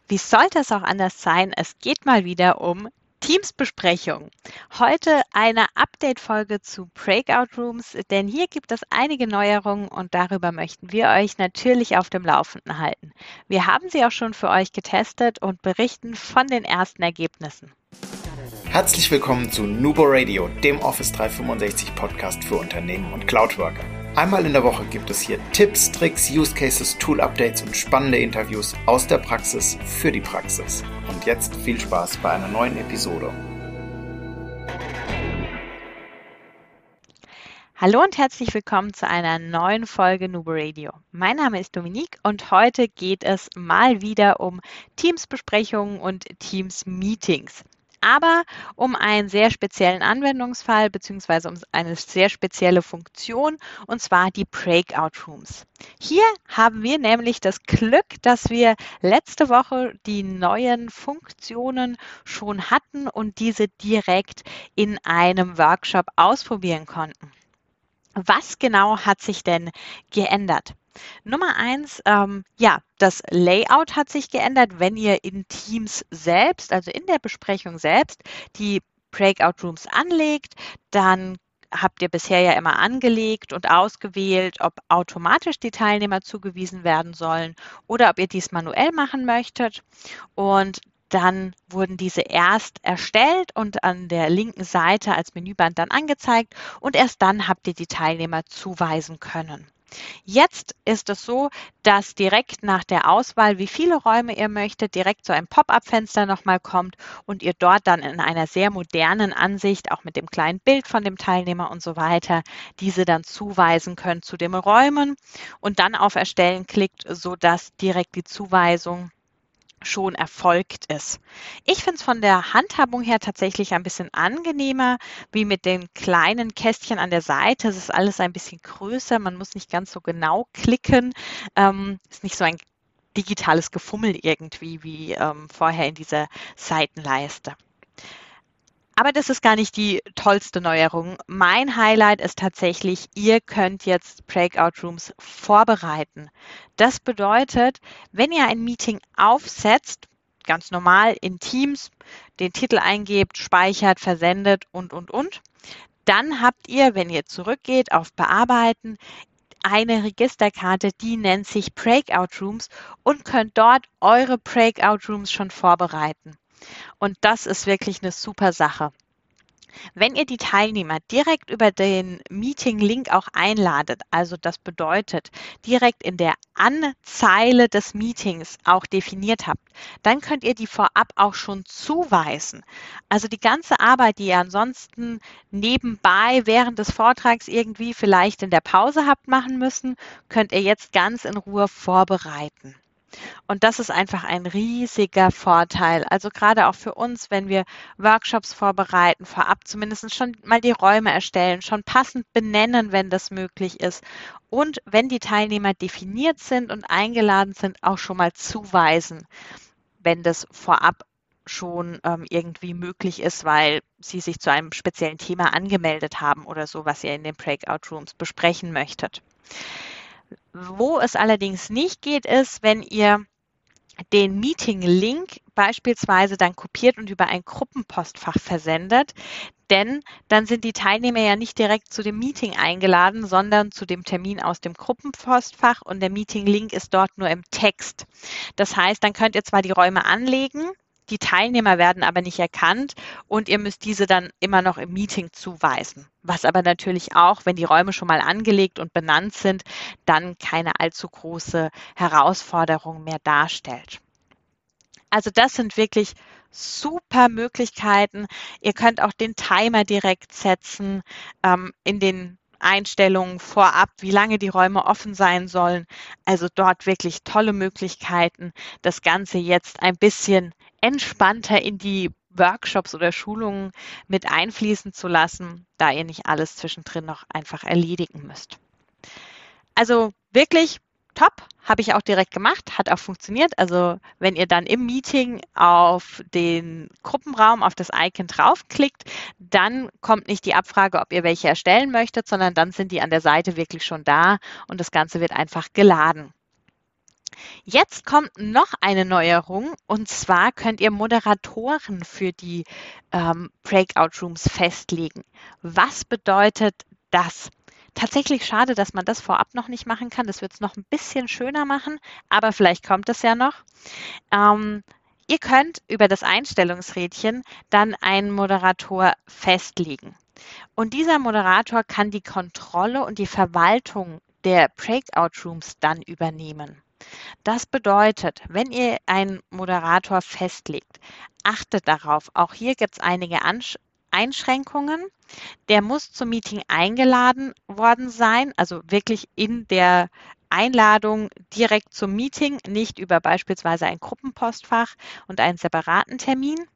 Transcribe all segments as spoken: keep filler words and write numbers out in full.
Wie sollte es auch anders sein? Es geht mal wieder um Teamsbesprechungen. Heute eine Update-Folge zu Breakout Rooms, denn hier gibt es einige Neuerungen und darüber möchten wir euch natürlich auf dem Laufenden halten. Wir haben sie auch schon für euch getestet und berichten von den ersten Ergebnissen. Herzlich willkommen zu Nubo Radio, dem Office dreihundertfünfundsechzig Podcast für Unternehmen und Cloudworker. Einmal in der Woche gibt es hier Tipps, Tricks, Use Cases, Tool-Updates und spannende Interviews aus der Praxis für die Praxis. Und jetzt viel Spaß bei einer neuen Episode. Hallo und herzlich willkommen zu einer neuen Folge Nubo Radio. Mein Name ist Dominique und heute geht es mal wieder um Teamsbesprechungen und Teams-Meetings. Aber um einen sehr speziellen Anwendungsfall bzw. um eine sehr spezielle Funktion, und zwar die Breakout Rooms. Hier haben wir nämlich das Glück, dass wir letzte Woche die neuen Funktionen schon hatten und diese direkt in einem Workshop ausprobieren konnten. Was genau hat sich denn geändert? Nummer eins, ähm, ja, das Layout hat sich geändert, wenn ihr in Teams selbst, also in der Besprechung selbst, die Breakout Rooms anlegt, dann habt ihr bisher ja immer angelegt und ausgewählt, ob automatisch die Teilnehmer zugewiesen werden sollen oder ob ihr dies manuell machen möchtet. Und dann wurden diese erst erstellt und an der linken Seite als Menüband dann angezeigt und erst dann habt ihr die Teilnehmer zuweisen können. Jetzt ist es so, dass direkt nach der Auswahl, wie viele Räume ihr möchtet, direkt so ein Pop-up-Fenster nochmal kommt und ihr dort dann in einer sehr modernen Ansicht, auch mit dem kleinen Bild von dem Teilnehmer und so weiter, diese dann zuweisen könnt zu den Räumen und dann auf Erstellen klickt, sodass direkt die Zuweisung schon erfolgt ist. Ich finde es von der Handhabung her tatsächlich ein bisschen angenehmer, wie mit den kleinen Kästchen an der Seite. Es ist alles ein bisschen größer, man muss nicht ganz so genau klicken. Ähm, ist nicht so ein digitales Gefummel irgendwie wie ähm, vorher in dieser Seitenleiste. Aber das ist gar nicht die tollste Neuerung. Mein Highlight ist tatsächlich, ihr könnt jetzt Breakout Rooms vorbereiten. Das bedeutet, wenn ihr ein Meeting aufsetzt, ganz normal in Teams, den Titel eingebt, speichert, versendet und, und, und, dann habt ihr, wenn ihr zurückgeht auf Bearbeiten, eine Registerkarte, die nennt sich Breakout Rooms und könnt dort eure Breakout Rooms schon vorbereiten. Und das ist wirklich eine super Sache. Wenn ihr die Teilnehmer direkt über den Meeting-Link auch einladet, also das bedeutet direkt in der Anzeile des Meetings auch definiert habt, dann könnt ihr die vorab auch schon zuweisen. Also die ganze Arbeit, die ihr ansonsten nebenbei während des Vortrags irgendwie vielleicht in der Pause habt machen müssen, könnt ihr jetzt ganz in Ruhe vorbereiten. Und das ist einfach ein riesiger Vorteil. Also gerade auch für uns, wenn wir Workshops vorbereiten, vorab zumindest schon mal die Räume erstellen, schon passend benennen, wenn das möglich ist. Und wenn die Teilnehmer definiert sind und eingeladen sind, auch schon mal zuweisen, wenn das vorab schon ähm, irgendwie möglich ist, weil sie sich zu einem speziellen Thema angemeldet haben oder so, was ihr in den Breakout Rooms besprechen möchtet. Wo es allerdings nicht geht, ist, wenn ihr den Meeting-Link beispielsweise dann kopiert und über ein Gruppenpostfach versendet, denn dann sind die Teilnehmer ja nicht direkt zu dem Meeting eingeladen, sondern zu dem Termin aus dem Gruppenpostfach und der Meeting-Link ist dort nur im Text. Das heißt, dann könnt ihr zwar die Räume anlegen, die Teilnehmer werden aber nicht erkannt und ihr müsst diese dann immer noch im Meeting zuweisen. Was aber natürlich auch, wenn die Räume schon mal angelegt und benannt sind, dann keine allzu große Herausforderung mehr darstellt. Also das sind wirklich super Möglichkeiten. Ihr könnt auch den Timer direkt setzen ähm, in den Einstellungen vorab, wie lange die Räume offen sein sollen. Also dort wirklich tolle Möglichkeiten, das Ganze jetzt ein bisschen entspannter in die Workshops oder Schulungen mit einfließen zu lassen, da ihr nicht alles zwischendrin noch einfach erledigen müsst. Also wirklich top, habe ich auch direkt gemacht, hat auch funktioniert. Also wenn ihr dann im Meeting auf den Gruppenraum, auf das Icon draufklickt, dann kommt nicht die Abfrage, ob ihr welche erstellen möchtet, sondern dann sind die an der Seite wirklich schon da und das Ganze wird einfach geladen. Jetzt kommt noch eine Neuerung, und zwar könnt ihr Moderatoren für die ähm, Breakout Rooms festlegen. Was bedeutet das? Tatsächlich schade, dass man das vorab noch nicht machen kann. Das wird es noch ein bisschen schöner machen, aber vielleicht kommt es ja noch. Ähm, ihr könnt über das Einstellungsrädchen dann einen Moderator festlegen. Und dieser Moderator kann die Kontrolle und die Verwaltung der Breakout Rooms dann übernehmen. Das bedeutet, wenn ihr einen Moderator festlegt, achtet darauf, auch hier gibt es einige Ansch- Einschränkungen. Der muss zum Meeting eingeladen worden sein, also wirklich in der Einladung direkt zum Meeting, nicht über beispielsweise ein Gruppenpostfach und einen separaten Termin.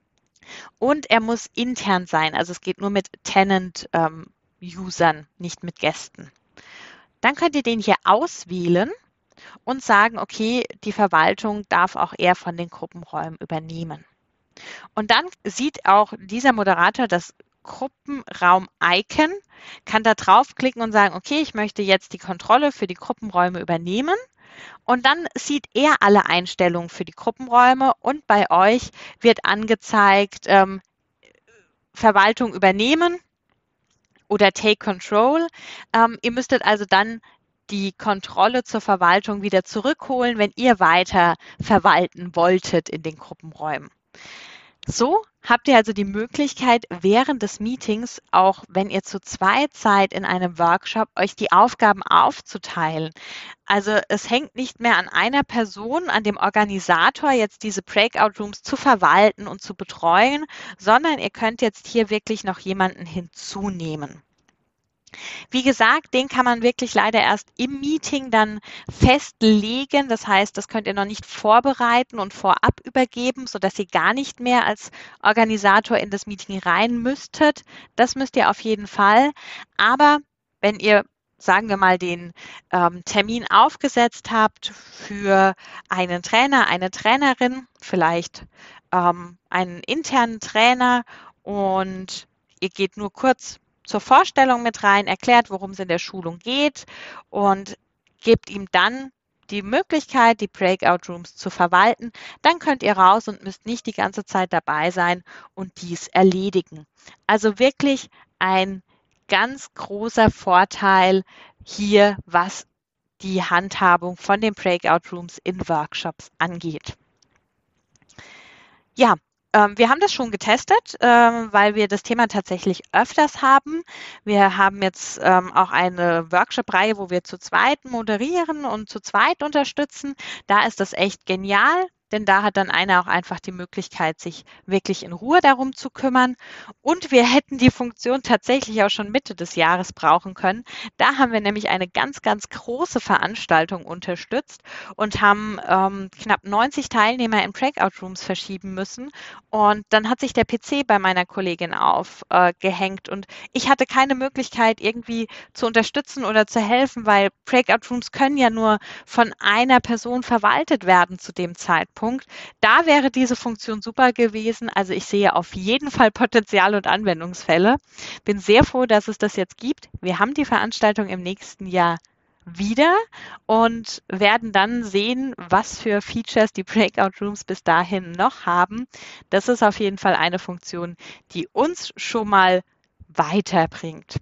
Und er muss intern sein, also es geht nur mit Tenant-Usern, ähm, nicht mit Gästen. Dann könnt ihr den hier auswählen und sagen, okay, die Verwaltung darf auch er von den Gruppenräumen übernehmen. Und dann sieht auch dieser Moderator das Gruppenraum-Icon, kann da draufklicken und sagen, okay, ich möchte jetzt die Kontrolle für die Gruppenräume übernehmen. Und dann sieht er alle Einstellungen für die Gruppenräume, und bei euch wird angezeigt, ähm, Verwaltung übernehmen oder Take Control. Ähm, ihr müsstet also dann die Kontrolle zur Verwaltung wieder zurückholen, wenn ihr weiter verwalten wolltet in den Gruppenräumen. So habt ihr also die Möglichkeit, während des Meetings, auch wenn ihr zu zweit seid in einem Workshop, euch die Aufgaben aufzuteilen. Also es hängt nicht mehr an einer Person, an dem Organisator, jetzt diese Breakout Rooms zu verwalten und zu betreuen, sondern ihr könnt jetzt hier wirklich noch jemanden hinzunehmen. Wie gesagt, den kann man wirklich leider erst im Meeting dann festlegen. Das heißt, das könnt ihr noch nicht vorbereiten und vorab übergeben, sodass ihr gar nicht mehr als Organisator in das Meeting rein müsstet. Das müsst ihr auf jeden Fall. Aber wenn ihr, sagen wir mal, den ähm, Termin aufgesetzt habt für einen Trainer, eine Trainerin, vielleicht ähm, einen internen Trainer, und ihr geht nur kurz zur Vorstellung mit rein, erklärt, worum es in der Schulung geht, und gebt ihm dann die Möglichkeit, die Breakout Rooms zu verwalten, dann könnt ihr raus und müsst nicht die ganze Zeit dabei sein und dies erledigen. Also wirklich ein ganz großer Vorteil hier, was die Handhabung von den Breakout Rooms in Workshops angeht. Ja, ähm, wir haben das schon getestet, ähm, weil wir das Thema tatsächlich öfters haben. Wir haben jetzt ähm, auch eine Workshop-Reihe, wo wir zu zweit moderieren und zu zweit unterstützen. Da ist das echt genial, denn da hat dann einer auch einfach die Möglichkeit, sich wirklich in Ruhe darum zu kümmern. Und wir hätten die Funktion tatsächlich auch schon Mitte des Jahres brauchen können. Da haben wir nämlich eine ganz, ganz große Veranstaltung unterstützt und haben ähm, knapp neunzig Teilnehmer in Breakout Rooms verschieben müssen. Und dann hat sich der P C bei meiner Kollegin aufgehängt, äh, und ich hatte keine Möglichkeit, irgendwie zu unterstützen oder zu helfen, weil Breakout Rooms können ja nur von einer Person verwaltet werden zu dem Zeitpunkt. Da wäre diese Funktion super gewesen. Also ich sehe auf jeden Fall Potenzial und Anwendungsfälle. Bin sehr froh, dass es das jetzt gibt. Wir haben die Veranstaltung im nächsten Jahr wieder und werden dann sehen, was für Features die Breakout Rooms bis dahin noch haben. Das ist auf jeden Fall eine Funktion, die uns schon mal weiterbringt.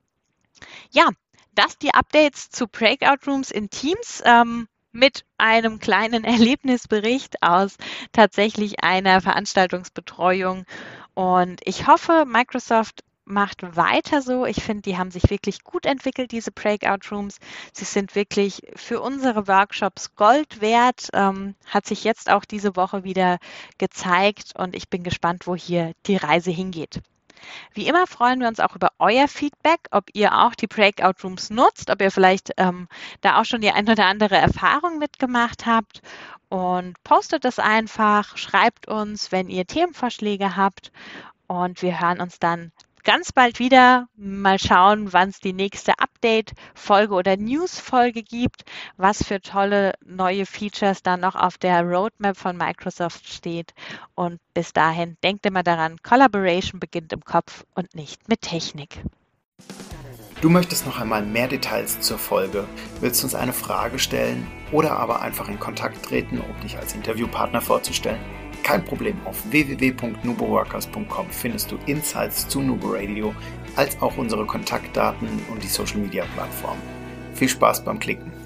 Ja, das die Updates zu Breakout Rooms in Teams. Ähm, mit einem kleinen Erlebnisbericht aus tatsächlich einer Veranstaltungsbetreuung. Und ich hoffe, Microsoft macht weiter so. Ich finde, die haben sich wirklich gut entwickelt, diese Breakout Rooms. Sie sind wirklich für unsere Workshops Gold wert. Ähm, hat sich jetzt auch diese Woche wieder gezeigt, und ich bin gespannt, wo hier die Reise hingeht. Wie immer freuen wir uns auch über euer Feedback, ob ihr auch die Breakout Rooms nutzt, ob ihr vielleicht ähm, da auch schon die ein oder andere Erfahrung mitgemacht habt, und postet das einfach, schreibt uns, wenn ihr Themenvorschläge habt, und wir hören uns dann ganz bald wieder. Mal schauen, wann es die nächste Update-Folge oder News-Folge gibt, was für tolle neue Features dann noch auf der Roadmap von Microsoft steht. Und bis dahin, denkt immer daran, Collaboration beginnt im Kopf und nicht mit Technik. Du möchtest noch einmal mehr Details zur Folge, willst uns eine Frage stellen? oder aber einfach in Kontakt treten, um dich als Interviewpartner vorzustellen. Kein Problem, auf w w w punkt nuboworkers punkt com findest du Insights zu Nubo Radio, als auch unsere Kontaktdaten und die Social Media Plattformen. Viel Spaß beim Klicken!